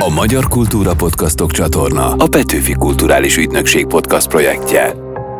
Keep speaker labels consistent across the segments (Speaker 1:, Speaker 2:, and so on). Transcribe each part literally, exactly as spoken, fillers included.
Speaker 1: Magyar Kultúra Podcastok csatorna a Petőfi Kulturális Ügynökség podcast projektje.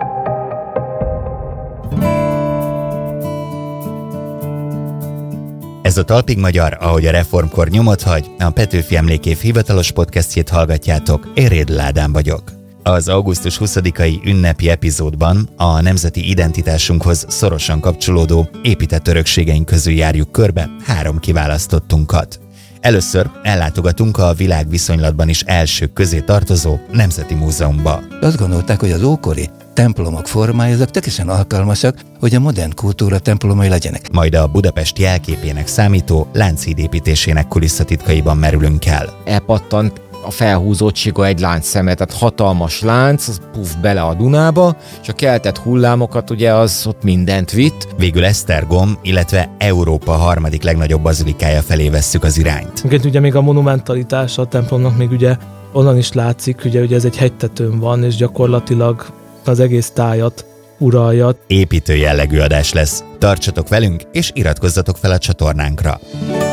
Speaker 2: Ez a Talpig Magyar, ahogy a reformkor nyomot hagy, a Petőfi Emlékév hivatalos podcastjét hallgatjátok, én Rédl Ádám vagyok. Az augusztus huszadikai ünnepi epizódban a nemzeti identitásunkhoz szorosan kapcsolódó épített örökségeink közül járjuk körbe három kiválasztottunkat. Először ellátogatunk a világviszonylatban is elsők közé tartozó Nemzeti Múzeumba.
Speaker 3: Azt gondolták, hogy az ókori templomok formái azok tökéletesen alkalmasak, hogy a modern kultúra templomai legyenek.
Speaker 2: Majd a Budapest jelképének számító Lánchíd építésének kulisszatitkaiban merülünk el.
Speaker 4: Elpattant a felhúzottsága egy láncszemre, tehát hatalmas lánc, az puff bele a Dunába, és a keltett hullámokat ugye az ott mindent vitt.
Speaker 2: Végül Esztergom, illetve Európa harmadik legnagyobb bazilikája felé vesszük az irányt.
Speaker 5: Igen, ugye még a monumentalitása a templomnak még ugye onnan is látszik, ugye, ugye ez egy hegytetőn van, és gyakorlatilag az egész tájat uralja.
Speaker 2: Építő jellegű adás lesz. Tartsatok velünk, és iratkozzatok fel a csatornánkra.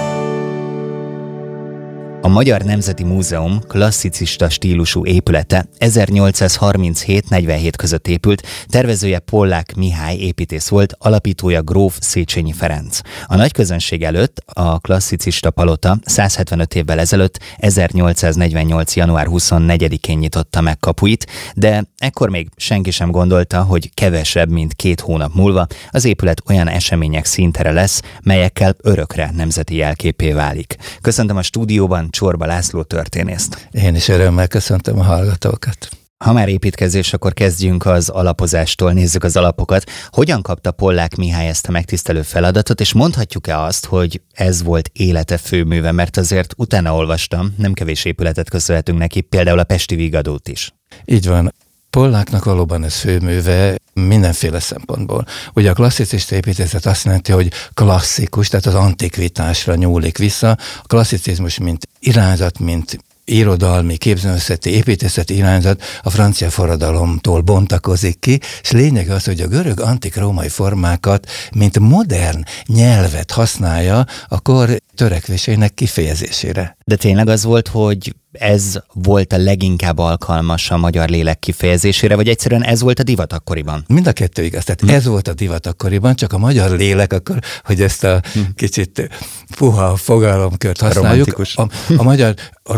Speaker 2: A Magyar Nemzeti Múzeum klasszicista stílusú épülete ezernyolcszázharminchét negyvenhét között épült, tervezője Pollák Mihály építész volt, alapítója gróf Széchenyi Ferenc. A nagy közönség előtt a klasszicista palota száz hetvenöt évvel ezelőtt ezernyolcszáznegyvennyolc január huszonnegyedikén nyitotta meg kapuit, de ekkor még senki sem gondolta, hogy kevesebb, mint két hónap múlva az épület olyan események színtere lesz, melyekkel örökre nemzeti jelképé válik. Köszöntöm a stúdióban Csorba László történészt.
Speaker 3: Én is örömmel köszöntöm a hallgatókat.
Speaker 2: Ha már építkezés, akkor kezdjünk az alapozástól, nézzük az alapokat. Hogyan kapta Pollák Mihály ezt a megtisztelő feladatot, és mondhatjuk-e azt, hogy ez volt élete főműve, mert azért utána olvastam, nem kevés épületet köszönhetünk neki, például a Pesti Vigadót is.
Speaker 3: Így van. Polláknak valóban ez főműve mindenféle szempontból. Ugye a klasszicista építészet azt jelenti, hogy klasszikus, tehát az antikvitásra nyúlik vissza. A klasszicizmus, mint irányzat, mint irodalmi, képzőművészeti, építészeti irányzat a francia forradalomtól bontakozik ki, és lényeg az, hogy a görög antik-római formákat, mint modern nyelvet használja a kor törekvéseinek kifejezésére.
Speaker 2: De tényleg az volt, hogy ez volt a leginkább alkalmas a magyar lélek kifejezésére, vagy egyszerűen ez volt a divat akkoriban?
Speaker 3: Mind a kettő igaz. Tehát hm. ez volt a divat akkoriban, csak a magyar lélek akkor, hogy ezt a hm. kicsit puha fogalomkört használjuk. A, a magyar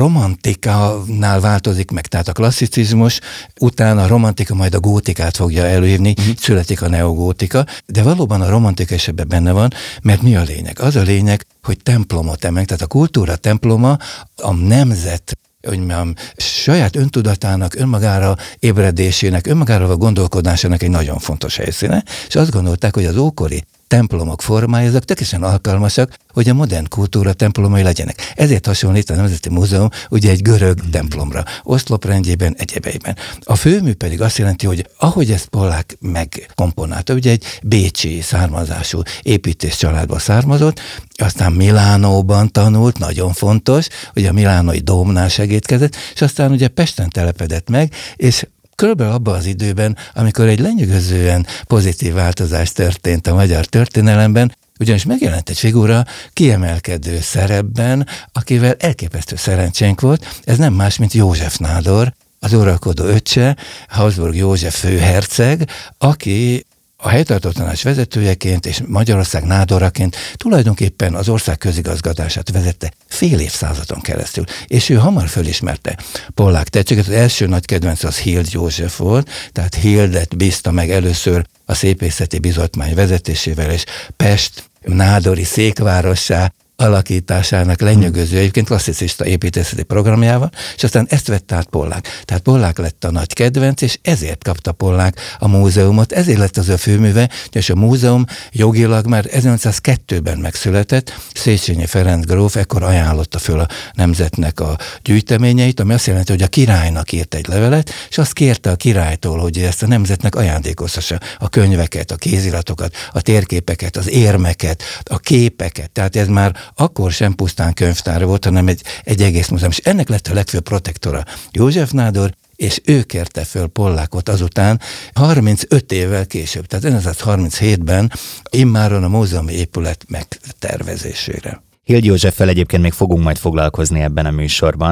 Speaker 3: romantikánál változik meg, tehát a klasszicizmus, utána a romantika majd a gótikát fogja előhívni, hm. születik a neogótika, de valóban a romantika is ebben benne van, mert mi a lényeg? Az a lényeg, hogy templomot emelnek, tehát a kultúra temploma a nemzet, hogy mondjam, saját öntudatának, önmagára ébredésének, önmagára a gondolkodásának egy nagyon fontos helyszíne, és azt gondolták, hogy az ókori templomok formái, ezek tökéletesen alkalmasak, hogy a modern kultúra templomai legyenek. Ezért hasonlít a Nemzeti Múzeum ugye egy görög mm. templomra, oszloprendjében, egyebeiben. A főmű pedig azt jelenti, hogy ahogy ezt Pollák megkomponálta, ugye egy bécsi származású építész családba származott, aztán Milánóban tanult, nagyon fontos, hogy a milánói dómnál segítkezett, és aztán ugye Pesten telepedett meg, és körülbelül abban az időben, amikor egy lenyűgözően pozitív változás történt a magyar történelemben, ugyanis megjelent egy figura kiemelkedő szerepben, akivel elképesztő szerencsénk volt, ez nem más, mint József nádor, az uralkodó öccse, Habsburg József főherceg, aki a helytartó tanács vezetőjeként és Magyarország nádoraként tulajdonképpen az ország közigazgatását vezette fél évszázadon keresztül. És ő hamar fölismerte Pollák tehetséget. Az első nagy kedvenc az Hild József volt, tehát Hildet bízta meg először a szépészeti bizottmány vezetésével, és Pest nádori székvárossá alakításának lenyűgöző, egyébként klasszicista építészeti programjával, és aztán ezt vett át Pollák. Tehát Pollák lett a nagy kedvenc, és ezért kapta Pollák a múzeumot, ezért lett az a főműve, és a múzeum jogilag már ezernyolcszázkettőben megszületett, Széchenyi Ferenc gróf ekkor ajánlotta föl a nemzetnek a gyűjteményeit, ami azt jelenti, hogy a királynak írt egy levelet, és azt kérte a királytól, hogy ezt a nemzetnek ajándékozhassa a könyveket, a kéziratokat, a térképeket, az érmeket, a képeket, tehát ez már akkor sem pusztán könyvtár volt, hanem egy, egy egész múzeum. És ennek lett a legfőbb protektora József nádor, és ő kérte föl Pollákot azután harmincöt évvel később, tehát ezernyolcszázharminchétben immáron a múzeumi épület megtervezésére.
Speaker 2: Hild Józseffel egyébként még fogunk majd foglalkozni ebben a műsorban.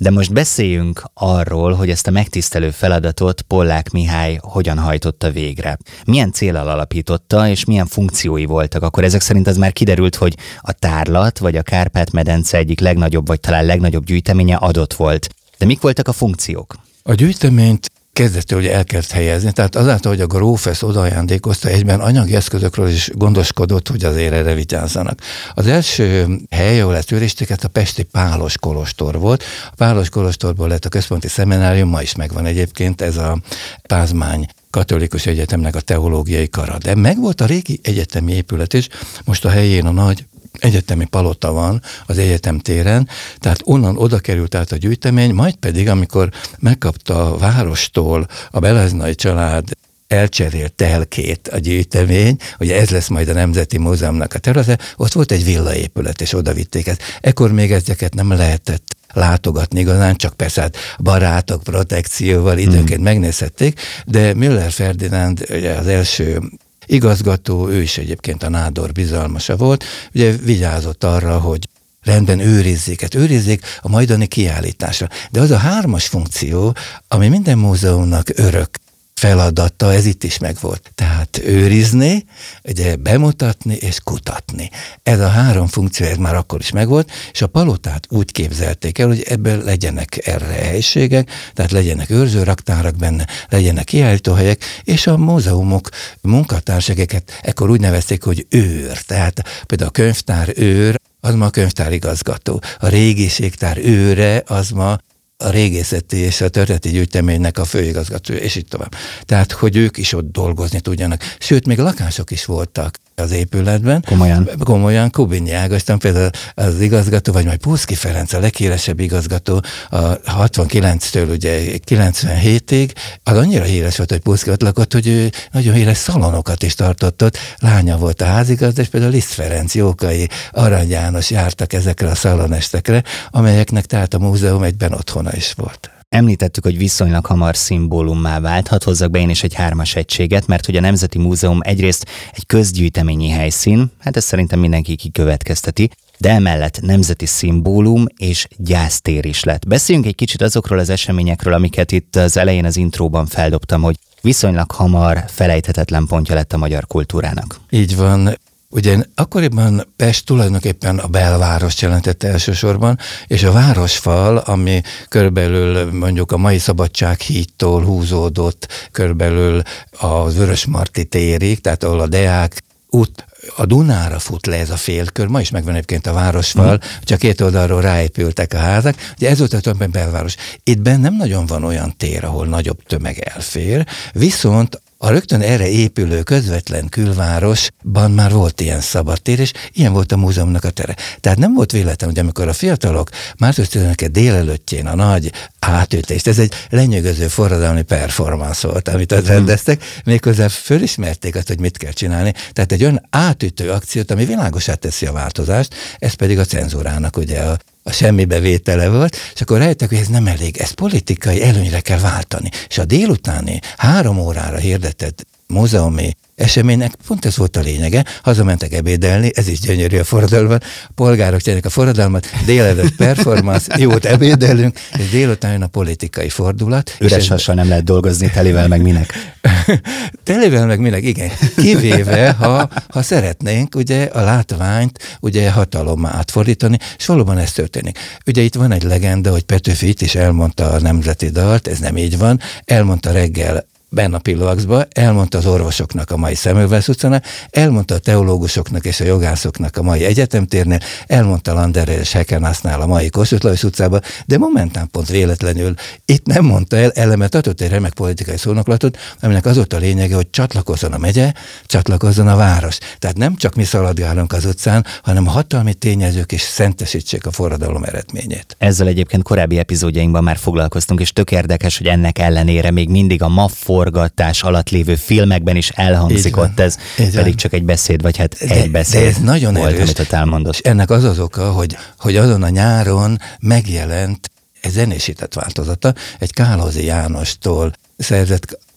Speaker 2: De most beszéljünk arról, hogy ezt a megtisztelő feladatot Pollák Mihály hogyan hajtotta végre. Milyen céllal alapította, és milyen funkciói voltak? Akkor ezek szerint az már kiderült, hogy a tárlat, vagy a Kárpát-medence egyik legnagyobb, vagy talán legnagyobb gyűjteménye adott volt. De mik voltak a funkciók?
Speaker 3: A gyűjteményt kezdettől ugye el kellett helyezni, tehát azáltal, hogy a gróf ezt odaajándékozta, egyben anyagi eszközökről is gondoskodott, hogy azért erre vigyázzanak. Az első hely, ahol ezt őrizték, a pesti Pálos kolostor volt. A Pálos kolostorból lett a központi szeminárium, ma is megvan egyébként ez a Pázmány Katolikus Egyetemnek a teológiai kara. De megvolt a régi egyetemi épület is, most a helyén a nagy egyetemi palota van az egyetem téren, tehát onnan oda került át a gyűjtemény, majd pedig, amikor megkapta a várostól a Beleznay család elcserélt telkét a gyűjtemény, ugye ez lesz majd a Nemzeti Múzeumnak a területe, ott volt egy villaépület, és oda vitték ezt. Ekkor még ezeket nem lehetett látogatni igazán, csak persze hát barátok protekcióval időnként hmm. megnézhették, de Müller Ferdinánd ugye az első igazgató, ő is egyébként a nádor bizalmasa volt, ugye vigyázott arra, hogy rendben őrizzék, hát őrizzék a majdani kiállításra. De az a hármas funkció, ami minden múzeumnak örök feladata, ez itt is megvolt. Tehát őrizni, ugye bemutatni és kutatni. Ez a három funkció, ez már akkor is megvolt, és a palotát úgy képzelték el, hogy ebből legyenek erre helységek, tehát legyenek őrzőraktárak benne, legyenek kiállítóhelyek, és a múzeumok munkatársaket ekkor úgy nevezték, hogy őr. Tehát például a könyvtár őr, az ma a könyvtárigazgató. A régiségtár őre, az ma a régészeti és a történeti gyűjteménynek a főigazgatója, és így tovább. Tehát, hogy ők is ott dolgozni tudjanak. Sőt, még lakások is voltak az épületben.
Speaker 2: Komolyan.
Speaker 3: Komolyan, Kubinyi Ágoston például az igazgató, vagy majd Puszki Ferenc, a leghíresebb igazgató a hatvankilenctől ugye kilencvenhétig, az annyira híres volt, hogy Puszki ott lakott, hogy ő nagyon híres szalonokat is tartott ott. Lánya volt a házigazda, és például Liszt Ferenc, Jókai, Arany János jártak ezekre a szalonestekre, amelyeknek tehát a múzeum egyben otthona is volt.
Speaker 2: Említettük, hogy viszonylag hamar szimbólummá vált, hadd hozzak be én is egy hármas egységet, mert hogy a Nemzeti Múzeum egyrészt egy közgyűjteményi helyszín, hát ezt szerintem mindenki kikövetkezteti, de emellett nemzeti szimbólum és gyásztér is lett. Beszéljünk egy kicsit azokról az eseményekről, amiket itt az elején az intróban feldobtam, hogy viszonylag hamar felejthetetlen pontja lett a magyar kultúrának.
Speaker 3: Így van. Ugye akkoriban Pest tulajdonképpen a belvárost jelentette elsősorban, és a városfal, ami körülbelül mondjuk a mai Szabadsághídtól húzódott körülbelül a Vörösmarty térig, tehát ahol a Deák út a Dunára fut le ez a félkör, ma is megvan egyébként a városfal, mm. csak két oldalról ráépültek a házak, ugye ez volt a tulajdonképpen belváros. Itt benn nem nagyon van olyan tér, ahol nagyobb tömeg elfér, viszont a rögtön erre épülő közvetlen külvárosban már volt ilyen szabadtér, és ilyen volt a múzeumnak a tere. Tehát nem volt véletlen, hogy amikor a fiatalok március tizenötödike délelőttjén a nagy átütést, ez egy lenyűgöző forradalmi performance volt, amit ott rendeztek, méghozzá fölismerték azt, hogy mit kell csinálni. Tehát egy olyan átütő akciót, ami világosá teszi a változást, ez pedig a cenzúrának ugye a a semmibe vétele volt, és akkor rájöttek, hogy ez nem elég, ezt politikai előnyre kell váltani. És a délutáni három órára hirdetett múzeumi eseménynek pont ez volt a lényege, hazamentek ebédelni, ez is gyönyörű a forradalomban, a polgárok csinálják a forradalmat, délelőtt performance, jót ebédelünk, és délután jön a politikai fordulat.
Speaker 2: Üres hassal nem lehet dolgozni, telivel meg minek?
Speaker 3: Telivel meg minek, igen. Kivéve, ha, ha szeretnénk ugye a látványt ugye hatalommá átfordítani, és valóban ez történik. Ugye itt van egy legenda, hogy Petőfi itt is elmondta a nemzeti dalt, ez nem így van, elmondta reggel benne a Piloaxba, elmondta az orvosoknak a mai Semmelweis utcánál, elmondta a teológusoknak és a jogászoknak a mai egyetemtérnél, elmondta Landerrel és Hekernásznál a mai Kossuth Lajos utcába, de momentán pont véletlenül itt nem mondta el, elemet adott egy remek politikai szónoklatot, aminek az volt a lényege, hogy csatlakozzon a megye, csatlakozzon a város. Tehát nem csak mi szaladgálunk az utcán, hanem a hatalmi tényezők is szentesítsék a forradalom eredményét.
Speaker 2: Ezzel egyébként korábbi epizódjainkban már foglalkoztunk, és tök érdekes, hogy ennek ellenére még mindig a MAV forgatás alatt lévő filmekben is elhangzik ott ez, pedig csak egy beszéd, vagy hát
Speaker 3: de,
Speaker 2: egy beszéd
Speaker 3: de ez nagyon
Speaker 2: volt,
Speaker 3: erős,
Speaker 2: amit ott elmondott.
Speaker 3: És ennek az az oka, hogy, hogy azon a nyáron megjelent egy zenésített változata, egy Kálhozy Jánostól szerzett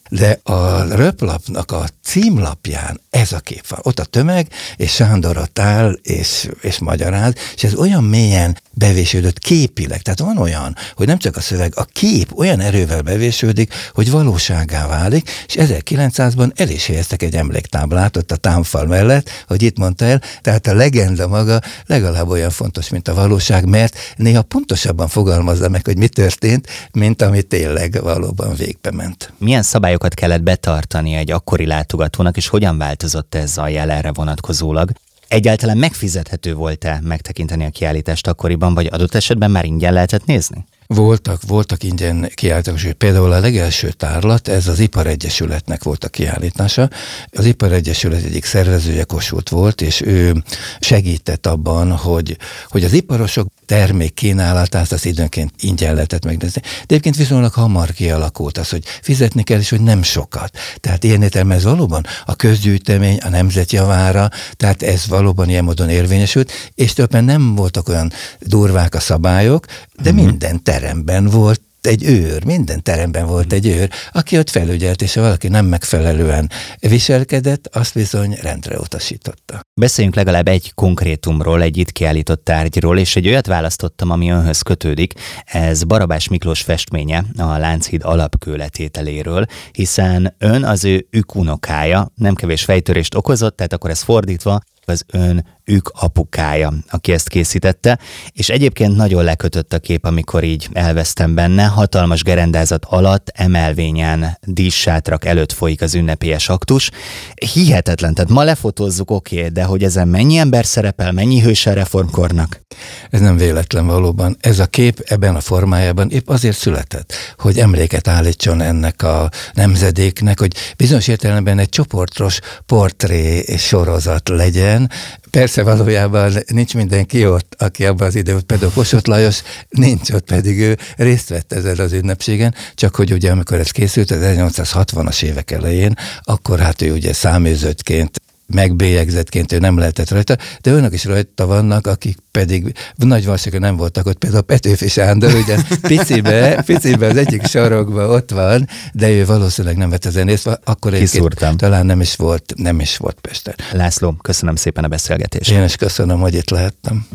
Speaker 3: De a röplapnak a címlapján ez a kép van. Ott a tömeg, és Sándor ott áll, és, és magyaráz, és ez olyan mélyen bevésődött képileg. Tehát van olyan, hogy nem csak a szöveg, a kép olyan erővel bevésődik, hogy valóságá válik, és ezerkilencszázban el is helyeztek egy emléktáblát ott a támfal mellett, hogy itt mondta el, tehát a legenda maga legalább olyan fontos, mint a valóság, mert néha pontosabban fogalmazza meg, hogy mi történt, mint ami tényleg valóban végbe ment.
Speaker 2: Milyen szabályokat kellett betartani egy akkori látogatónak, és hogyan változott ez a jelenre vonatkozólag? Egyáltalán megfizethető volt-e megtekinteni a kiállítást akkoriban, vagy adott esetben már ingyen lehetett nézni?
Speaker 3: Voltak, voltak ingyen kiállítások, például a legelső tárlat, ez az Iparegyesületnek volt a kiállítása. Az Iparegyesület egyik szervezője Kossuth volt, és ő segített abban, hogy, hogy az iparosok termékkínálatát az időnként ingyen lehetett megnézni. De egyébként viszonylag hamar kialakult az, hogy fizetni kell, és hogy nem sokat. Tehát ilyen értelemben ez valóban a közgyűjtemény a nemzet javára, tehát ez valóban ilyen módon érvényesült, és többen nem voltak olyan durvák a szabályok, de uh-huh. minden teremben volt egy őr, minden teremben volt egy őr, aki ott felügyelt, és ha valaki nem megfelelően viselkedett, azt bizony rendre utasította.
Speaker 2: Beszéljünk legalább egy konkrétumról, egy itt kiállított tárgyról, és egy olyat választottam, ami önhöz kötődik. Ez Barabás Miklós festménye a Lánchíd alapkőletételéről, hiszen ön az ő ük unokája, nem kevés fejtörést okozott, tehát akkor ez fordítva, az ön ők apukája, aki ezt készítette, és egyébként nagyon lekötött a kép, amikor így elvesztem benne, hatalmas gerendázat alatt, emelvényen, díszsátrak előtt folyik az ünnepélyes aktus. Hihetetlen, tehát ma lefotózzuk, oké, okay, de hogy ezen mennyi ember szerepel, mennyi hős a reformkornak?
Speaker 3: Ez nem véletlen valóban. Ez a kép ebben a formájában épp azért született, hogy emléket állítson ennek a nemzedéknek, hogy bizonyos értelemben egy csoportos portré sorozat legyen. Persze valójában nincs mindenki ott, aki abban az időben, például Kossuth Lajos nincs ott, pedig ő részt vett ezen az ünnepségen, csak hogy ugye amikor ez készült, az ezernyolcszázhatvanas évek elején, akkor hát ő ugye száműzöttként, megbélyegzettként ő nem lehetett rajta, de önök is rajta vannak, akik pedig nagy valószínűleg nem voltak ott, például Petőfi Sándor, ugye picibe, picibe az egyik sarokban ott van, de ő valószínűleg nem vett ezen részt, akkor egyébként talán nem is volt, nem is volt Pesten.
Speaker 2: László, köszönöm szépen a beszélgetést.
Speaker 3: Én is köszönöm, hogy itt lehettem.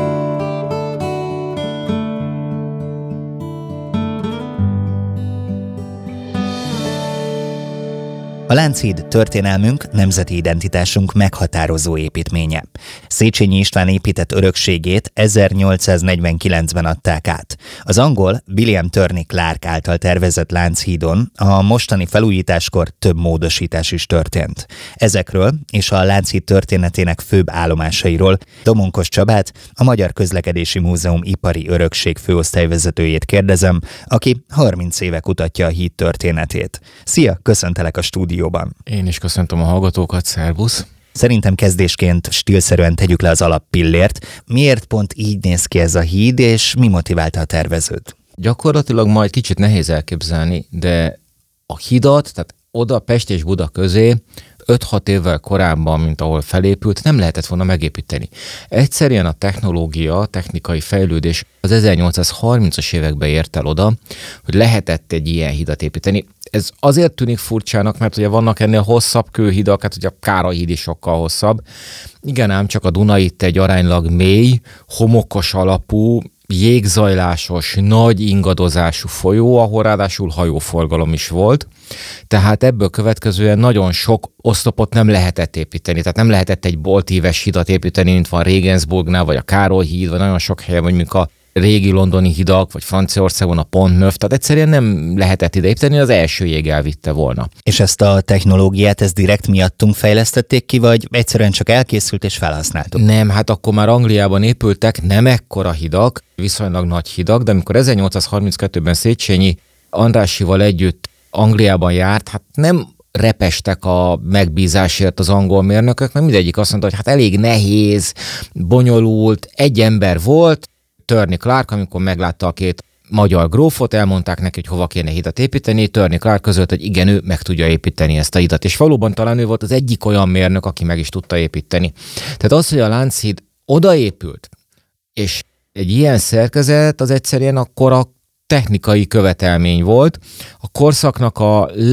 Speaker 2: A Lánchíd történelmünk, nemzeti identitásunk meghatározó építménye. Széchenyi István épített örökségét ezernyolcszáznegyvenkilencben adták át. Az angol William Turney Clark által tervezett Lánchídon a mostani felújításkor több módosítás is történt. Ezekről és a Lánchíd történetének főbb állomásairól Domonkos Csabát, a Magyar Közlekedési Múzeum ipari örökség főosztályvezetőjét kérdezem, aki harminc éve kutatja a híd történetét. Szia, köszöntelek a stúdióban.
Speaker 4: Én is köszöntöm a hallgatókat, szervusz!
Speaker 2: Szerintem kezdésként stílszerűen tegyük le az alappillért. Miért pont így néz ki ez a híd, és mi motiválta a tervezőt?
Speaker 4: Gyakorlatilag majd kicsit nehéz elképzelni, de a hidat, tehát oda Pest és Buda közé öt-hat évvel korábban, mint ahol felépült, nem lehetett volna megépíteni. Egyszerűen a technológia, a technikai fejlődés az ezernyolcszázharmincas években ért el oda, hogy lehetett egy ilyen hidat építeni. Ez azért tűnik furcsának, mert ugye vannak ennél hosszabb kőhidak, hát ugye a Károly híd is sokkal hosszabb. Igen, ám csak a Duna itt egy aránylag mély, homokos alapú, jégzajlásos, nagy ingadozású folyó, ahol ráadásul hajóforgalom is volt. Tehát ebből következően nagyon sok oszlopot nem lehetett építeni. Tehát nem lehetett egy boltíves hidat építeni, mint van Regensburgnál, vagy a Károly híd, vagy nagyon sok helyen, vagy mondjuk a régi londoni hidak, vagy Franciaországon a Pont Neuf, tehát egyszerűen nem lehetett ide építeni, az első jég elvitte volna.
Speaker 2: És ezt a technológiát, ezt direkt miattunk fejlesztették ki, vagy egyszerűen csak elkészült és felhasználtuk?
Speaker 4: Nem, hát akkor már Angliában épültek nem ekkora hidak, viszonylag nagy hidak, de amikor ezernyolcszázharminckettőben Széchenyi Andrássyival együtt Angliában járt, hát nem repestek a megbízásért az angol mérnökök, mert mindegyik azt mondta, hogy hát elég nehéz, bonyolult, egy ember volt, Turney Clark, amikor meglátta a két magyar grófot, elmondták neki, hogy hova kéne hidat építeni, Turney Clark között, hogy igen, ő meg tudja építeni ezt a hidat. És valóban talán ő volt az egyik olyan mérnök, aki meg is tudta építeni. Tehát az, hogy a Lánchíd odaépült, és egy ilyen szerkezet, az egyszerűen akkor a technikai követelmény volt. A korszaknak a leg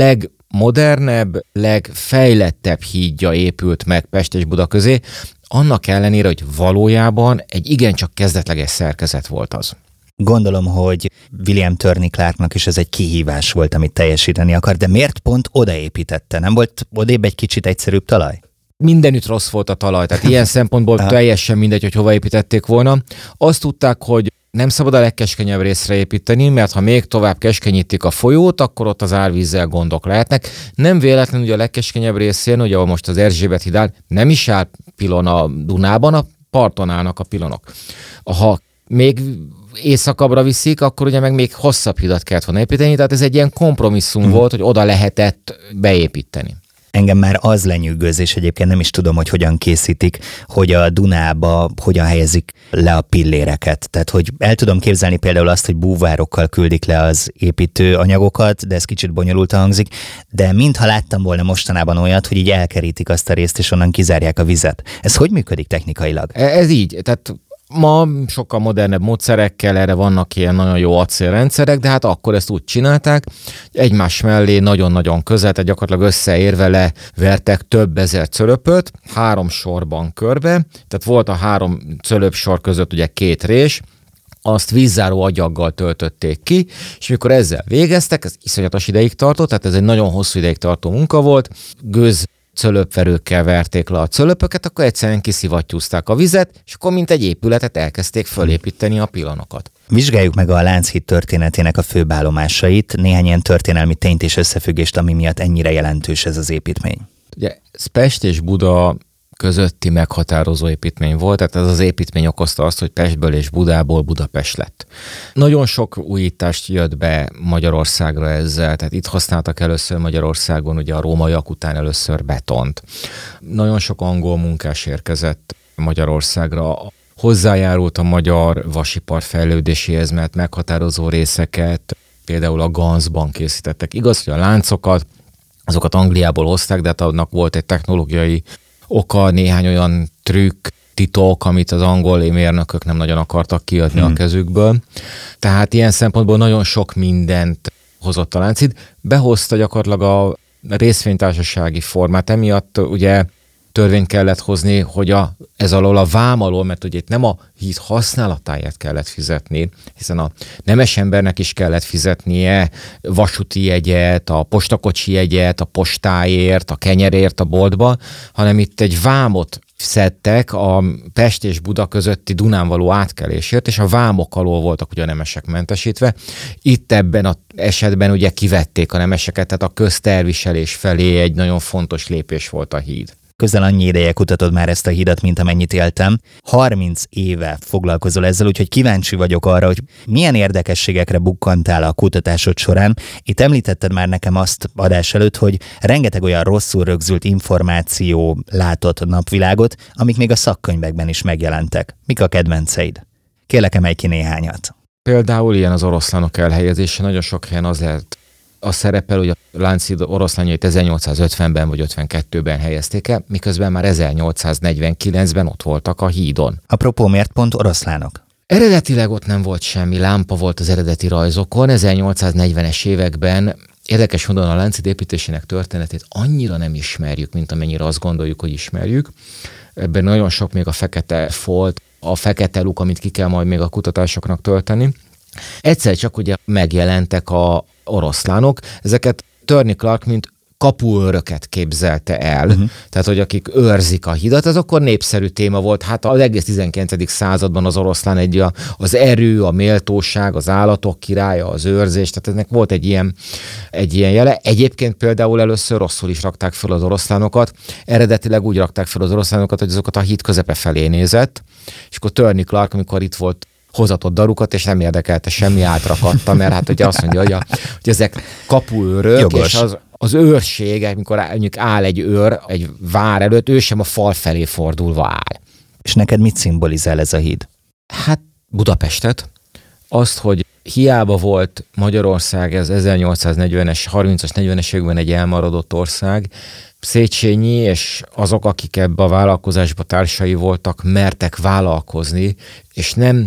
Speaker 4: legmodernebb, legfejlettebb hídja épült meg Pest és Buda közé, annak ellenére, hogy valójában egy igencsak kezdetleges szerkezet volt az.
Speaker 2: Gondolom, hogy William Turney Clarknak is ez egy kihívás volt, amit teljesíteni akar, de miért pont odaépítette? Nem volt odébb egy kicsit egyszerűbb talaj?
Speaker 4: Mindenütt rossz volt a talaj, tehát ilyen szempontból teljesen mindegy, hogy hova építették volna. Azt tudták, hogy nem szabad a legkeskenyebb részre építeni, mert ha még tovább keskenyítik a folyót, akkor ott az árvízzel gondok lehetnek. Nem véletlenül, hogy a legkeskenyebb részén, ugye ahol most az Erzsébet híd áll, nem is áll pilon a Dunában, a parton állnak a pilonok. Ha még északabbra viszik, akkor ugye meg még hosszabb hidat kellett volna építeni, tehát ez egy ilyen kompromisszum hmm. volt, hogy oda lehetett beépíteni.
Speaker 2: Engem már az lenyűgöz, és egyébként nem is tudom, hogy hogyan készítik, hogy a Dunába hogyan helyezik le a pilléreket. Tehát, hogy el tudom képzelni például azt, hogy búvárokkal küldik le az építő anyagokat, de ez kicsit bonyolultan hangzik, de mintha láttam volna mostanában olyat, hogy így elkerítik azt a részt, és onnan kizárják a vizet. Ez hogy működik technikailag?
Speaker 4: Ez így, tehát ma sokkal modernebb módszerekkel, erre vannak ilyen nagyon jó acélrendszerek, de hát akkor ezt úgy csinálták, egymás mellé nagyon-nagyon közel, tehát gyakorlatilag összeérve levertek több ezer cölöpöt, három sorban körbe, tehát volt a három cölöpsor között ugye két rés, azt vízzáró agyaggal töltötték ki, és mikor ezzel végeztek, ez iszonyatos ideig tartott, tehát ez egy nagyon hosszú ideig tartó munka volt, gőz cölöpverőkkel verték le a cölöpöket, akkor egyszerűen kiszivattyúzták a vizet, és akkor mint egy épületet elkezdték fölépíteni a pilonokat.
Speaker 2: Vizsgáljuk meg a Lánchíd történetének a főállomásait, néhány ilyen történelmi tényt és összefüggést, ami miatt ennyire jelentős ez az építmény.
Speaker 4: Ugye Pest és Buda közötti meghatározó építmény volt, tehát ez az építmény okozta azt, hogy Pestből és Budából Budapest lett. Nagyon sok újítást jött be Magyarországra ezzel, tehát itt használtak először Magyarországon ugye a rómaiak után először betont. Nagyon sok angol munkás érkezett Magyarországra, hozzájárult a magyar vasipar fejlődéséhez, mert meghatározó részeket például a Ganzban készítettek. Igaz, hogy a láncokat, azokat Angliából hozták, de hát annak volt egy technológiai oka, néhány olyan trükk, titok, amit az angol mérnökök nem nagyon akartak kiadni hmm. a kezükből. Tehát ilyen szempontból nagyon sok mindent hozott a Lánchíd. Behozta gyakorlatilag a részvénytársasági formát, emiatt ugye törvényt kellett hozni, hogy a, ez alól a vám alól, mert ugye itt nem a híd használatáért kellett fizetni, hiszen a nemes embernek is kellett fizetnie vasúti jegyet, a postakocsi jegyet, a postáért, a kenyerért a boltba, hanem itt egy vámot szedtek a Pest és Buda közötti Dunán való átkelésért, és a vámok alól voltak ugye a nemesek mentesítve. Itt ebben az esetben ugye kivették a nemeseket, tehát a közterviselés felé egy nagyon fontos lépés volt a híd.
Speaker 2: Közel annyi ideje kutatod már ezt a hídat, mint amennyit éltem. harminc éve foglalkozol ezzel, úgyhogy kíváncsi vagyok arra, hogy milyen érdekességekre bukkantál a kutatásod során. Itt említetted már nekem azt adás előtt, hogy rengeteg olyan rosszul rögzült információ látott napvilágot, amik még a szakkönyvekben is megjelentek. Mik a kedvenceid? Kérlek, emelj ki néhányat.
Speaker 4: Például ilyen az oroszlánok elhelyezése, nagyon sok helyen az lehet a szerepel, hogy a Lánchíd oroszlányait ezernyolcszázötvenben vagy ötvenkettőben helyezték el, miközben már ezernyolcszáznegyvenkilencben ott voltak a hídon.
Speaker 2: Apropó, miért pont oroszlánok?
Speaker 4: Eredetileg ott nem volt semmi, lámpa volt az eredeti rajzokon, ezernyolcszáznegyvenes években. Érdekes módon a Lánchíd építésének történetét annyira nem ismerjük, mint amennyire azt gondoljuk, hogy ismerjük. Ebben nagyon sok még a fekete folt, a fekete luk, amit ki kell majd még a kutatásoknak tölteni. Egyszer csak ugye megjelentek a oroszlánok, ezeket Turney Clark mint kapuőröket képzelte el, uh-huh. tehát hogy akik őrzik a hidat, az akkor népszerű téma volt. Hát az egész tizenkilencedik században az oroszlán egy a, az erő, a méltóság, az állatok királya, az őrzés, tehát ennek volt egy ilyen, egy ilyen jele. Egyébként például először rosszul is rakták fel az oroszlánokat, eredetileg úgy rakták fel az oroszlánokat, hogy azokat a híd közepe felé nézett, és akkor Turney Clark, amikor itt volt, hozatott darukat, és nem érdekelte semmi, átrakatta, mert hát ugye azt mondja, hogy, a, hogy ezek kapuőrök, Jogos. És az, az őrség, amikor mondjuk áll egy őr, egy vár előtt, ő sem a fal felé fordulva áll.
Speaker 2: És neked mit szimbolizál ez a híd?
Speaker 4: Hát Budapestet, azt, hogy hiába volt Magyarország ez ezernyolcszáznegyvenes, harmincas, negyvenes években egy elmaradott ország, Széchenyi és azok, akik ebbe a vállalkozásba társai voltak, mertek vállalkozni, és nem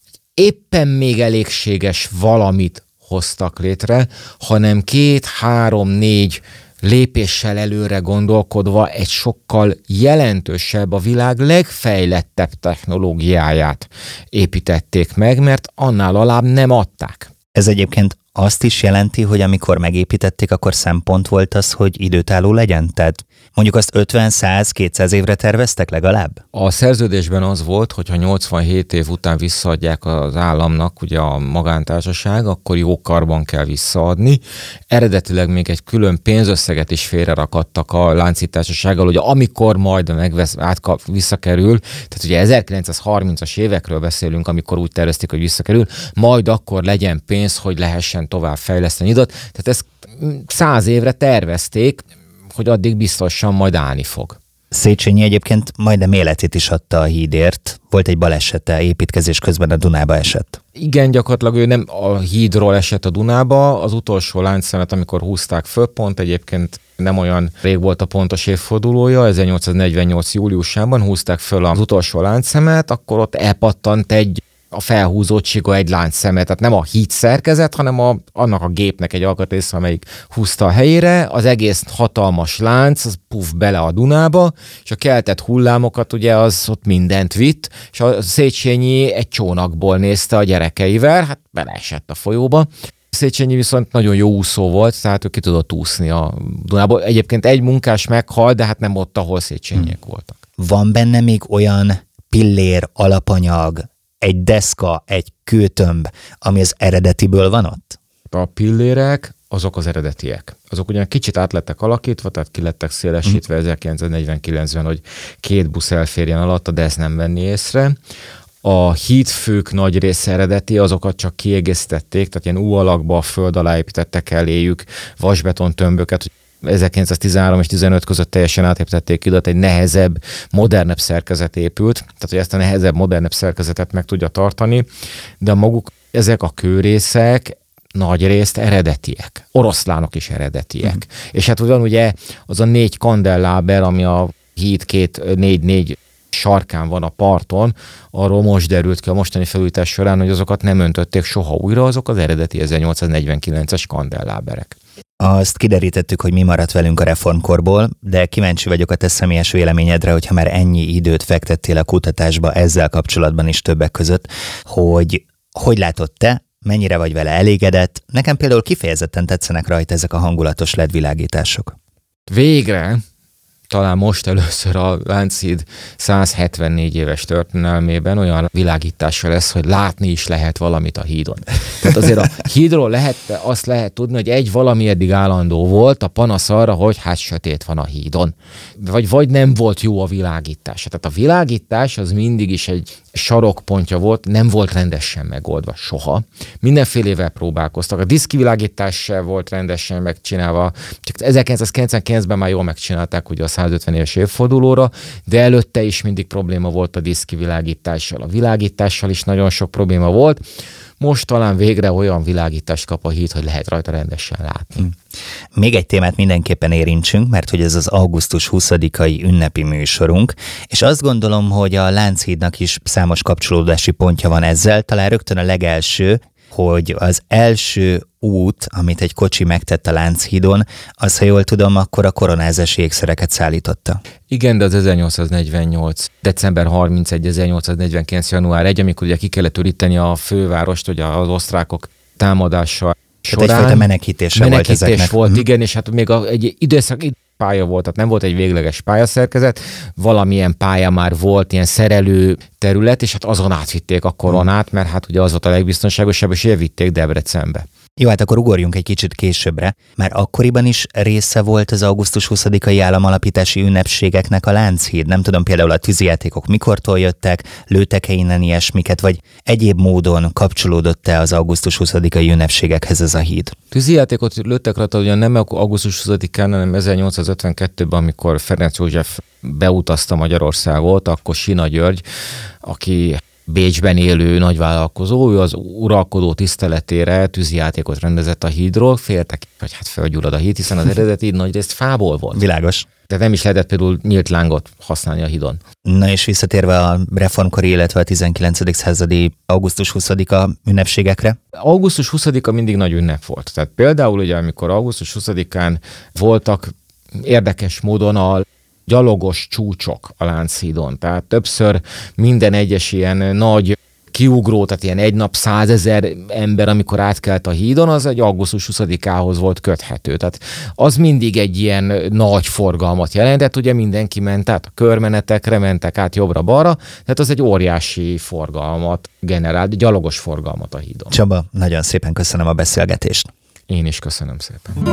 Speaker 4: éppen még elégséges valamit hoztak létre, hanem két, három, négy lépéssel előre gondolkodva egy sokkal jelentősebb, a világ legfejlettebb technológiáját építették meg, mert annál alább nem adták.
Speaker 2: Ez egyébként azt is jelenti, hogy amikor megépítették, akkor szempont volt az, hogy időtálló legyen? Tehát mondjuk azt ötven, száz, kétszáz évre terveztek legalább?
Speaker 4: A szerződésben az volt, hogy ha nyolcvanhét év után visszaadják az államnak, ugye a magántársaság, akkor jó karban kell visszaadni. Eredetileg még egy külön pénzösszeget is félrerakadtak a Lánchíd Társasággal, hogy amikor majd megvesz, átkap, visszakerül, tehát ugye ezerkilencszázharmincas évekről beszélünk, amikor úgy tervezték, hogy visszakerül, majd akkor legyen pénz, hogy lehessen tovább fejleszteni időt. Tehát ezt száz évre tervezték, hogy addig biztosan majd állni fog.
Speaker 2: Széchenyi egyébként majdnem életét is adta a hídért. Volt egy balesete, építkezés közben a Dunába esett.
Speaker 4: Igen, gyakorlatilag ő nem a hídról esett a Dunába, az utolsó láncszemet, amikor húzták föl, pont egyébként nem olyan rég volt a pontos évfordulója, ezernyolcszáznegyvennyolc júliusában húzták föl az utolsó láncszemet, akkor ott elpattant egy a felhúzott csiga egy láncszemet, tehát nem a híd szerkezet, hanem a, annak a gépnek egy alkatrésze, amelyik húzta a helyére, az egész hatalmas lánc, az puf bele a Dunába, és a keltett hullámokat ugye az ott mindent vitt, és a Széchenyi egy csónakból nézte a gyerekeivel, hát beleesett a folyóba. Széchenyi viszont nagyon jó úszó volt, tehát ő ki tudott úszni a Dunából. Egyébként egy munkás meghalt, de hát nem ott, ahol Széchenyiek hmm. voltak.
Speaker 2: Van benne még olyan pillér, alapanyag, egy deszka, egy kőtömb, ami az eredetiből van ott?
Speaker 4: A pillérek, azok az eredetiek. Azok ugyan kicsit át lettek alakítva, tehát ki lettek szélesítve mm. ezerkilencszáznegyvenkilencben, hogy két busz elférjen alatta, de ezt nem venni észre. A hídfők nagy része eredeti, azokat csak kiegészítették, tehát ilyen U alakba a föld alá építettek eléjük vasbeton tömböket, ezerkilencszáztizenhárom és tizenöt között teljesen átépítették ide, egy nehezebb, modernebb szerkezet épült, tehát hogy ezt a nehezebb, modernebb szerkezetet meg tudja tartani, de maguk ezek a kőrészek nagy részt eredetiek. Oroszlánok is eredetiek. Uh-huh. És hát van ugye az a négy kandelláber, ami a híd két, négy-négy sarkán van a parton, arról most derült ki a mostani felújítás során, hogy azokat nem öntötték soha újra, azok az eredeti ezernyolcszáznegyvenkilences kandelláberek.
Speaker 2: Azt kiderítettük, hogy mi maradt velünk a reformkorból, de kíváncsi vagyok a te személyes véleményedre, hogyha már ennyi időt fektettél a kutatásba ezzel kapcsolatban is többek között, hogy hogy látod te, mennyire vagy vele elégedett? Nekem például kifejezetten tetszenek rajta ezek a hangulatos el é dé világítások.
Speaker 4: Végre! Talán most először a Lánchíd száz hetvennégy éves történelmében olyan világítása lesz, hogy látni is lehet valamit a hídon. Tehát azért a hídról lehet, azt lehet tudni, hogy egy valami eddig állandó volt, a panasz arra, hogy hát sötét van a hídon. Vagy, vagy nem volt jó a világítás. Tehát a világítás az mindig is egy sarokpontja volt, nem volt rendesen megoldva soha. Mindenfélével próbálkoztak. A diszkivilágítás sem volt rendesen megcsinálva, csak ezerkilencszázkilencvenkilencben már jól megcsinálták ugye a százötven éves évfordulóra, de előtte is mindig probléma volt a diszkivilágítással. A világítással is nagyon sok probléma volt. Most talán végre olyan világítást kap a híd, hogy lehet rajta rendesen látni. Hmm.
Speaker 2: Még egy témát mindenképpen érintsünk, mert hogy ez az augusztus huszadikai ünnepi műsorunk, és azt gondolom, hogy a Lánchídnak is számos kapcsolódási pontja van ezzel, talán rögtön a legelső, hogy az első út, amit egy kocsi megtett a Lánchídon, az, ha jól tudom, akkor a koronázási ékszereket szállította.
Speaker 4: Igen, de az ezernyolcszáznegyvennyolc. december harmincegy, ezernyolcszáznegyvenkilenc. január elseje, amikor ugye ki kellett üríteni a fővárost, hogy az osztrákok támadása során.
Speaker 2: Tehát egyfajta menekítése
Speaker 4: menekítés
Speaker 2: volt ezeknek.
Speaker 4: volt, igen, és hát még a, egy időszak pálya volt, tehát nem volt egy végleges pályaszerkezet, valamilyen pálya már volt, ilyen szerelő terület, és hát azon átvitték a koronát, mert hát ugye az volt a legbiztonságosabb, és elvitték Debrecenbe.
Speaker 2: Jó, hát akkor ugorjunk egy kicsit későbbre, mert akkoriban is része volt az augusztus huszadikai államalapítási ünnepségeknek a Lánchíd. Nem tudom, például a tűzijátékok mikortól jöttek, lőttek-e innen ilyesmiket, vagy egyéb módon kapcsolódott-e az augusztus huszadikai ünnepségekhez ez a híd?
Speaker 4: Tűzijátékot lőttek rajta, ugyan nem augusztus huszadikán, hanem ezernyolcszázötvenkettőben, amikor Ferenc József beutazta Magyarországot, akkor Sina György, aki Bécsben élő nagyvállalkozó, ő az uralkodó tiszteletére tűzijátékot rendezett a hídról, féltek, vagy hát fölgyullad a híd, hiszen az eredeti híd nagyrészt fából volt.
Speaker 2: Világos.
Speaker 4: Tehát nem is lehetett például nyílt lángot használni a hídon.
Speaker 2: Na és visszatérve a reformkori, illetve a tizenkilencedik századi augusztus huszadika ünnepségekre?
Speaker 4: augusztus huszadika mindig nagy ünnep volt. Tehát például ugye, amikor augusztus huszadikán voltak érdekes módon a gyalogos csúcsok a Lánchídon. Tehát többször minden egyes ilyen nagy kiugró, tehát ilyen egy nap százezer ember, amikor átkelt a hídon, az egy augusztus huszadikához volt köthető. Tehát az mindig egy ilyen nagy forgalmat jelentett, ugye mindenki ment át a körmenetekre, mentek át jobbra-balra, tehát az egy óriási forgalmat generált, gyalogos forgalmat a hídon.
Speaker 2: Csaba, nagyon szépen köszönöm a beszélgetést.
Speaker 4: Én is köszönöm szépen.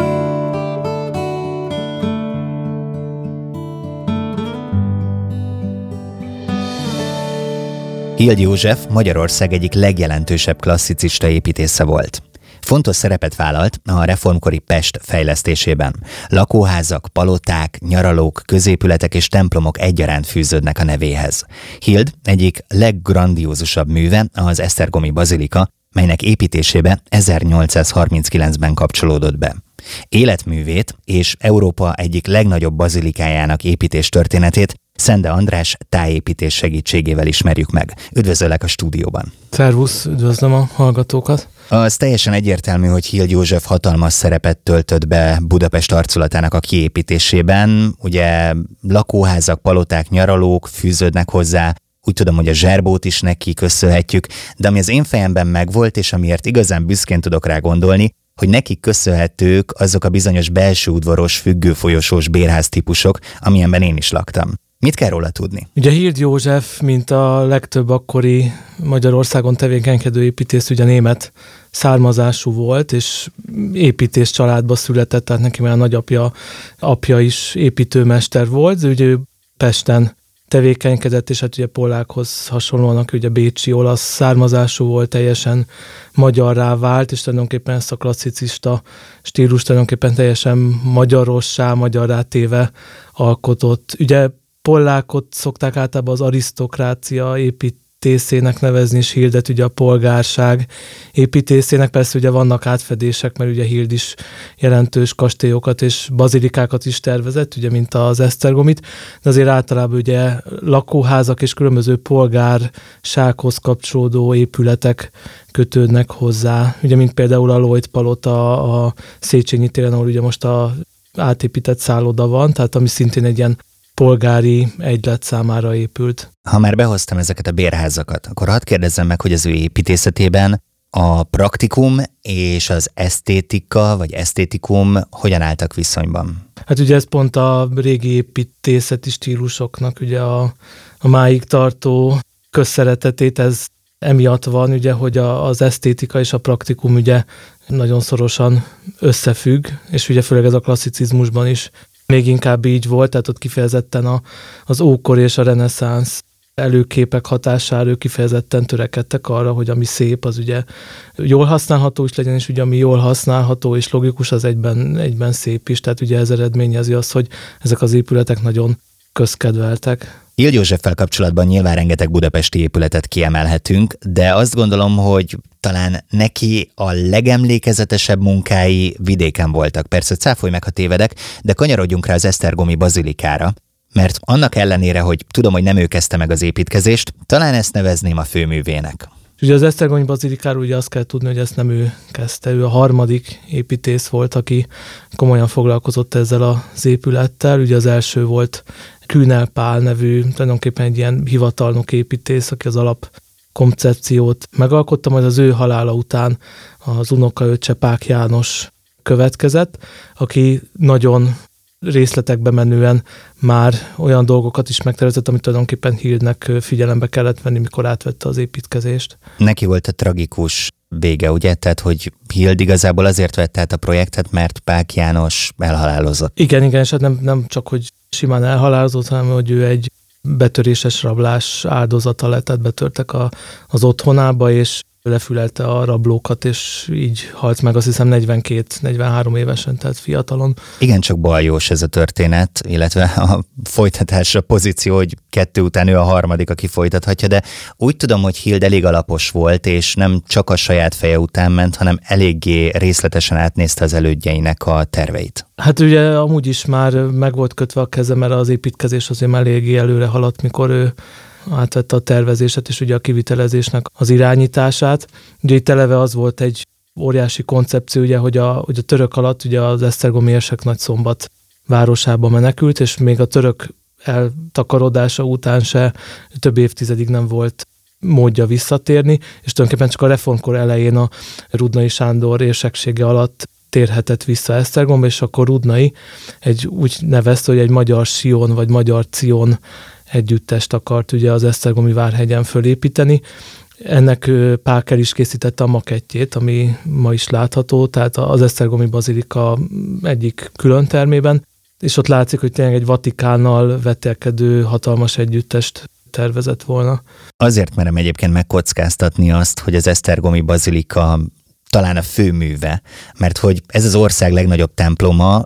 Speaker 2: Hild József Magyarország egyik legjelentősebb klasszicista építésze volt. Fontos szerepet vállalt a reformkori Pest fejlesztésében. Lakóházak, paloták, nyaralók, középületek és templomok egyaránt fűződnek a nevéhez. Hild egyik leggrandiózusabb műve az esztergomi bazilika, melynek építésébe ezernyolcszázharminckilencben kapcsolódott be. Életművét és Európa egyik legnagyobb bazilikájának építés történetét Szende András tájépítés segítségével ismerjük meg. Üdvözöllek a stúdióban.
Speaker 5: Szervusz, üdvözlöm a hallgatókat.
Speaker 2: Az teljesen egyértelmű, hogy Hild József hatalmas szerepet töltött be Budapest arculatának a kiépítésében. Ugye lakóházak, paloták, nyaralók fűződnek hozzá, úgy tudom, hogy a zserbót is neki köszönhetjük, de ami az én fejemben megvolt, és amiért igazán büszkén tudok rá gondolni, hogy nekik köszönhetők azok a bizonyos belső udvaros, függőfolyosós bérház típusok, amilyenben én is laktam. Mit kell róla tudni?
Speaker 5: Ugye Hild József, mint a legtöbb akkori Magyarországon tevékenykedő építész, ugye német származású volt, és építés családba született, tehát neki már a nagyapja apja is építőmester volt, de ugye ő Pesten tevékenykedett, és hát ugye Pollákhoz hasonlóan, aki ugye bécsi olasz származású volt, teljesen magyarrá vált, és tulajdonképpen ezt a klasszicista stílus tulajdonképpen teljesen magyarossá, magyarrá téve alkotott. Ugye Pollákot szokták általában az arisztokrácia építészének nevezni, és Hildet ugye a polgárság építészének. Persze ugye vannak átfedések, mert ugye Hild is jelentős kastélyokat és bazilikákat is tervezett, ugye mint az esztergomit, de azért általában ugye lakóházak és különböző polgársághoz kapcsolódó épületek kötődnek hozzá. Ugye mint például a Lloyd palota a Széchenyi téren, ahol ugye most a átépített szálloda van, tehát ami szintén egy ilyen polgári egylet számára épült.
Speaker 2: Ha már behoztam ezeket a bérházakat, akkor hadd kérdezzem meg, hogy az ő építészetében a praktikum és az esztétika, vagy esztétikum hogyan álltak viszonyban?
Speaker 5: Hát ugye ez pont a régi építészeti stílusoknak ugye a, a máig tartó közszeretetét, ez emiatt van, ugye, hogy a, az esztétika és a praktikum ugye nagyon szorosan összefügg, és ugye főleg ez a klasszicizmusban is még inkább így volt, tehát ott kifejezetten a, az ókor és a reneszánsz előképek hatására ők kifejezetten törekedtek arra, hogy ami szép, az ugye jól használható is legyen, és ugye ami jól használható és logikus, az egyben, egyben szép is. Tehát ugye ez eredményezi azt, hogy ezek az épületek nagyon közkedveltek.
Speaker 2: Hild Józseffel kapcsolatban nyilván rengeteg budapesti épületet kiemelhetünk, de azt gondolom, hogy talán neki a legemlékezetesebb munkái vidéken voltak. Persze cáfolj meg, ha tévedek, de kanyarodjunk rá az esztergomi bazilikára, mert annak ellenére, hogy tudom, hogy nem ő kezdte meg az építkezést, talán ezt nevezném a főművének.
Speaker 5: Ugye az esztergomi bazilikáról ugye azt kell tudni, hogy ezt nem ő kezdte, ő a harmadik építész volt, aki komolyan foglalkozott ezzel az épülettel. Ugye az első volt Kühnel Pál nevű, tulajdonképpen egy ilyen hivatalnok építész, aki az alap koncepciót megalkotta, majd az ő halála után az unokaöccse Pák János következett, aki nagyon részletekbe menően már olyan dolgokat is megtervezett, amit tulajdonképpen Hildnek figyelembe kellett venni, mikor átvette az építkezést.
Speaker 2: Neki volt a tragikus vége, ugye? Tehát, hogy Hild igazából azért vette át a projektet, mert Pák János elhalálozott.
Speaker 5: Igen, igen, és hát nem, nem csak, hogy simán elhalálozott, hanem, hogy ő egy betöréses rablás áldozata lett, tehát betörtek a, az otthonába, és lefülelte a rablókat, és így halt meg, azt hiszem negyvenkét-negyvenhárom évesen, tehát fiatalon.
Speaker 2: Igen, csak baljós ez a történet, illetve a folytatásra pozíció, hogy kettő után ő a harmadik, aki folytathatja, de úgy tudom, hogy Hild elég alapos volt, és nem csak a saját feje után ment, hanem eléggé részletesen átnézte az elődjeinek a terveit.
Speaker 5: Hát ugye amúgy is már meg volt kötve a keze, mert az építkezés azért eléggé előre haladt, mikor ő átvette a tervezéset, és ugye a kivitelezésnek az irányítását. Ugye itt eleve az volt egy óriási koncepció, ugye, hogy a, hogy a török alatt ugye az esztergomi érsek Nagyszombat városába menekült, és még a török eltakarodása után se több évtizedig nem volt módja visszatérni, és tulajdonképpen csak a reformkor elején a Rudnai Sándor érseksége alatt térhetett vissza Esztergomba, és akkor Rudnai egy úgy nevezte, hogy egy magyar Sion vagy magyar Cion együttest akart ugye az Esztergomi Várhegyen fölépíteni. Ennek Pák el is készítette a makettjét, ami ma is látható, tehát az Esztergomi Bazilika egyik külön termében, és ott látszik, hogy tényleg egy Vatikánnal vetélkedő hatalmas együttest tervezett volna.
Speaker 2: Azért merem egyébként megkockáztatni azt, hogy az Esztergomi Bazilika talán a főműve, mert hogy ez az ország legnagyobb temploma,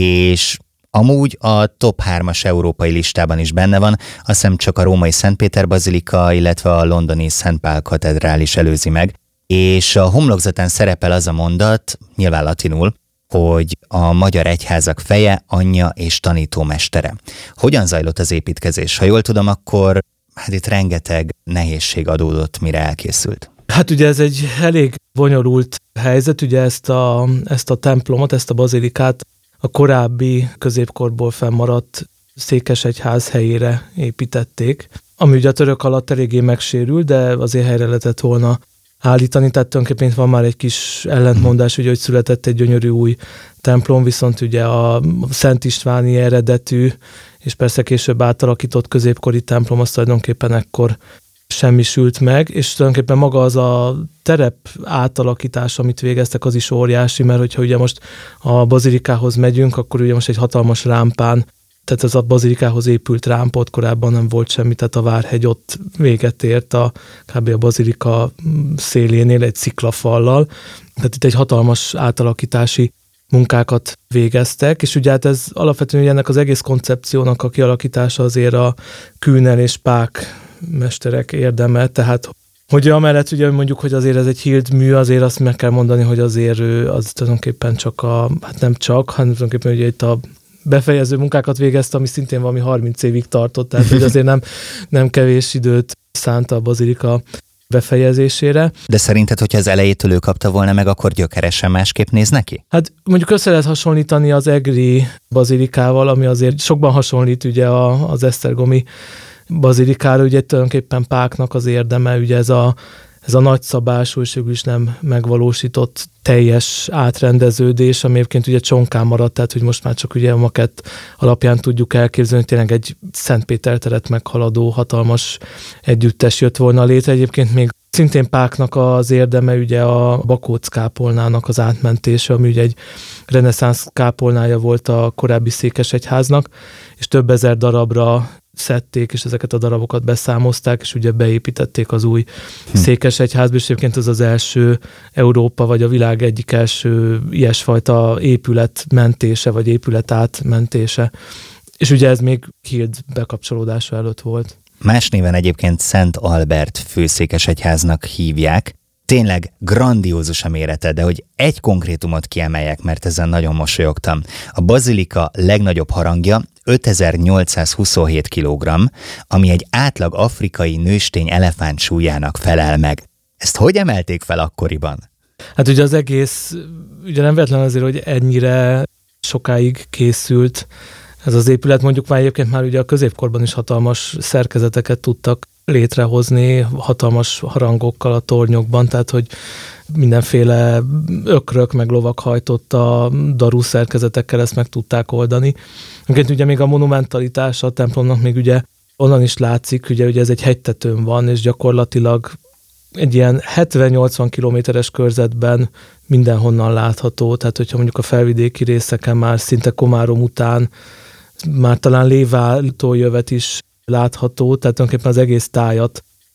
Speaker 2: és amúgy a top hármas európai listában is benne van, azt hiszem csak a római Szent Péter Bazilika, illetve a londoni Szent Pál katedrális előzi meg, és a homlokzatán szerepel az a mondat, nyilván latinul, hogy a magyar egyházak feje, anyja és tanítómestere. Hogyan zajlott az építkezés? Ha jól tudom, akkor hát itt rengeteg nehézség adódott, mire elkészült.
Speaker 5: Hát ugye ez egy elég bonyolult helyzet, ugye ezt a, ezt a templomot, ezt a bazilikát a korábbi középkorból fennmaradt székesegyház helyére építették, ami ugye a török alatt eléggé megsérült, de azért helyre lehetett volna állítani, tehát tulajdonképpen van már egy kis ellentmondás, ugye, hogy született egy gyönyörű új templom, viszont ugye a Szent Istváni eredetű, és persze később átalakított középkori templom, az tulajdonképpen ekkor semmisült meg, és tulajdonképpen maga az a terep átalakítás, amit végeztek, az is óriási, mert hogyha ugye most a bazilikához megyünk, akkor ugye most egy hatalmas rámpán, tehát ez a bazilikához épült rámpa, ott korábban nem volt semmi, tehát a Várhegy ott véget ért a kb. A bazilika szélénél egy sziklafallal, tehát itt egy hatalmas átalakítási munkákat végeztek, és ugye hát ez alapvetően ugye ennek az egész koncepciónak a kialakítása azért a Kühnel és Pák mesterek érdeme, tehát hogy amellett ugye mondjuk, hogy azért ez egy Hild mű, azért azt meg kell mondani, hogy azért ő az tulajdonképpen csak a, hát nem csak, hanem tulajdonképpen ugye itt a befejező munkákat végezte, ami szintén valami harminc évig tartott, tehát hogy azért nem, nem kevés időt szánta a bazilika befejezésére.
Speaker 2: De szerinted, hogyha az elejétől ő kapta volna meg, akkor gyökeresen másképp néz neki?
Speaker 5: Hát mondjuk össze lehet hasonlítani az egri bazilikával, ami azért sokban hasonlít ugye a, az esztergomi bazilikára, ugye tulajdonképpen Páknak az érdeme, ugye ez a, ez a nagyszabású és végül is nem megvalósított teljes átrendeződés, ami egyébként ugye csonkán maradt, tehát hogy most már csak ugye a makett alapján tudjuk elképzelni, hogy tényleg egy Szent Péter teret meghaladó hatalmas együttes jött volna létre. Egyébként még szintén Páknak az érdeme ugye a Bakóc kápolnának az átmentése, ami ugye egy reneszánsz kápolnája volt a korábbi székesegyháznak, és több ezer darabra szedték, és ezeket a darabokat beszámozták, és ugye beépítették az új hm. székesegyházba, és egyébként ez az első Európa, vagy a világ egyik első ilyesfajta épület mentése, vagy épület átmentése. És ugye ez még Hild bekapcsolódása előtt volt.
Speaker 2: Más néven egyébként Szent Albert főszékesegyháznak hívják. Tényleg grandiózus a mérete, de hogy egy konkrétumot kiemeljek, mert ezen nagyon mosolyogtam. A bazilika legnagyobb harangja ötezer-nyolcszázhuszonhét kilogramm, ami egy átlag afrikai nőstény elefánt súlyának felel meg. Ezt hogy emelték fel akkoriban?
Speaker 5: Hát ugye az egész, ugye nem véletlen azért, hogy ennyire sokáig készült ez az épület, mondjuk már egyébként már ugye a középkorban is hatalmas szerkezeteket tudtak létrehozni, hatalmas harangokkal a tornyokban, tehát hogy mindenféle ökrök meg lovak hajtotta daru szerkezetekkel ezt meg tudták oldani. Egyébként ugye még a monumentalitása a templomnak még ugye onnan is látszik, ugye, ugye ez egy hegytetőn van, és gyakorlatilag egy ilyen hetven-nyolcvan kilométeres körzetben mindenhonnan látható, tehát hogyha mondjuk a felvidéki részeken már szinte Komárom után már talán Lévától jövet is látható, tehát tulajdonképpen az egész tájat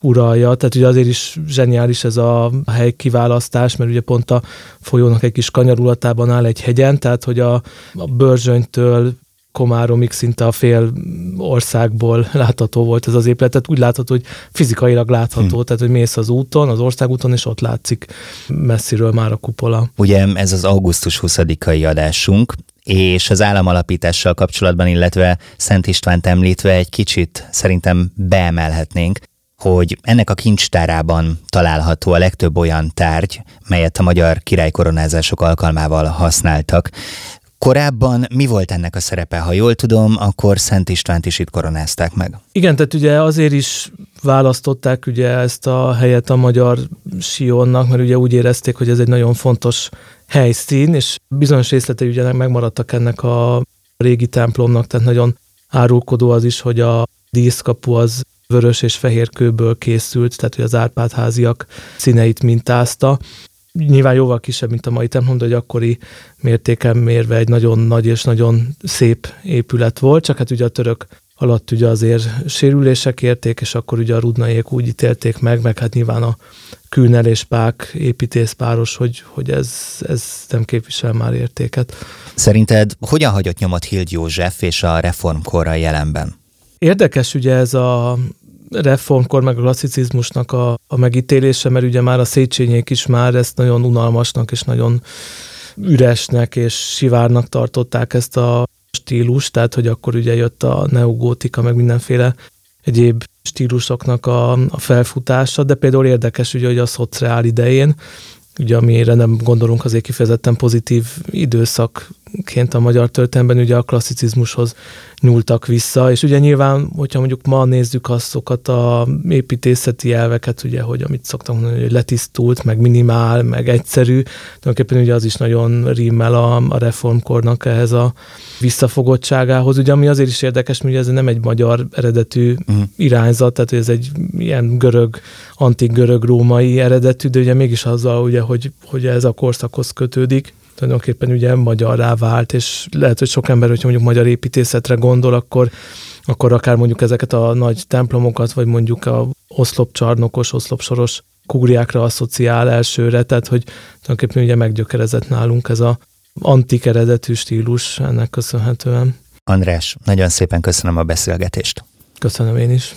Speaker 5: uralja, tehát ugye azért is zseniális ez a hely kiválasztás, mert ugye pont a folyónak egy kis kanyarulatában áll egy hegyen, tehát hogy a, a Börzsönytől Komáromig szinte a fél országból látható volt ez az épület, tehát úgy látható, hogy fizikailag látható, hm. tehát hogy mész az úton, az országúton, és ott látszik messziről már a kupola.
Speaker 2: Ugye ez az augusztus huszadikai adásunk, és az államalapítással kapcsolatban, illetve Szent Istvánt említve egy kicsit szerintem beemelhetnénk, hogy ennek a kincstárában található a legtöbb olyan tárgy, melyet a magyar királykoronázások alkalmával használtak. Korábban mi volt ennek a szerepe? Ha jól tudom, akkor Szent Istvánt is itt koronázták meg.
Speaker 5: Igen, tehát ugye azért is választották ugye ezt a helyet a magyar Sionnak, mert ugye úgy érezték, hogy ez egy nagyon fontos helyszín, és bizonyos részletei ugye megmaradtak ennek a régi templomnak, tehát nagyon árulkodó az is, hogy a díszkapu az vörös és fehér kőből készült, tehát hogy az Árpád-háziak színeit mintázta. Nyilván jóval kisebb, mint a mai templom, de hogy akkori mértéken mérve egy nagyon nagy és nagyon szép épület volt, csak hát ugye a török alatt ugye azért sérülések érték, és akkor ugye a rudnaiek úgy ítélték meg, meg hát nyilván a Kühnel és Pák építészpáros, hogy, hogy ez, ez nem képvisel már értéket.
Speaker 2: Szerinted hogyan hagyott nyomot Hild József és a reformkorra jelenben?
Speaker 5: Érdekes ugye ez a reformkor meg a klasszicizmusnak a, a megítélése, mert ugye már a Széchenyiek is már ezt nagyon unalmasnak és nagyon üresnek és sivárnak tartották ezt a stílust, tehát hogy akkor ugye jött a neogótika, meg mindenféle egyéb stílusoknak a, a felfutása, de például érdekes ugye, hogy a szociál idején, ugye amire nem gondolunk azért kifejezetten pozitív időszakként a magyar történelemben, ugye a klasszicizmushoz nyúltak vissza, és ugye nyilván, hogyha mondjuk ma nézzük azokat a építészeti elveket, ugye, hogy amit szoktam mondani, hogy letisztult, meg minimál, meg egyszerű, tulajdonképpen ugye az is nagyon rímmel a, a reformkornak ehhez a visszafogottságához, ugye ami azért is érdekes, mert ez nem egy magyar eredetű uh-huh. irányzat, tehát ez egy ilyen görög, antik görög-római eredetű, de ugye mégis azzal, ugye, hogy, hogy ez a korszakhoz kötődik, tulajdonképpen ugye magyarrá vált, és lehet, hogy sok ember, hogyha mondjuk magyar építészetre gondol, akkor, akkor akár mondjuk ezeket a nagy templomokat, vagy mondjuk a oszlopcsarnokos, oszlopsoros kugriákra asszociál elsőre, tehát hogy tulajdonképpen ugye meggyökerezett nálunk ez a antik eredetű stílus ennek köszönhetően.
Speaker 2: András, nagyon szépen köszönöm a beszélgetést.
Speaker 5: Köszönöm én is.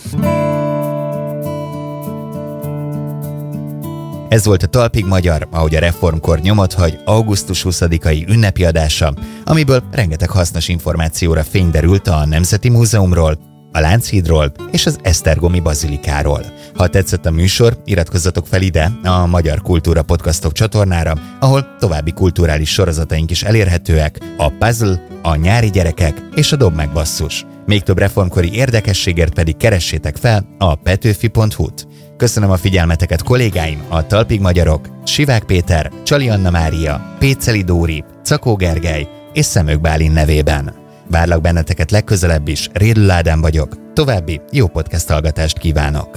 Speaker 2: Ez volt a Talpig Magyar, ahogy a reformkor nyomot hagy augusztus huszadikai ünnepi adása, amiből rengeteg hasznos információra fény derült a Nemzeti Múzeumról, a Lánchídról és az Esztergomi Bazilikáról. Ha tetszett a műsor, iratkozzatok fel ide a Magyar Kultúra Podcastok csatornára, ahol további kulturális sorozataink is elérhetőek, a Puzzle, a Nyári gyerekek és a Dob meg basszus. Még több reformkori érdekességért pedig keressétek fel a petőfi pont hu-t. Köszönöm a figyelmeteket kollégáim, a Talpig Magyarok, Sivák Péter, Csali Anna Mária, Péceli Dóri, Cakó Gergely és Szemők Bálint nevében. Várlak benneteket legközelebb is, Rédl Ádám vagyok. További jó podcast hallgatást kívánok!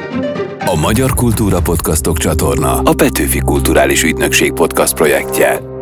Speaker 1: A Magyar Kultúra Podcastok csatorna a Petőfi Kulturális Ügynökség podcast projektje.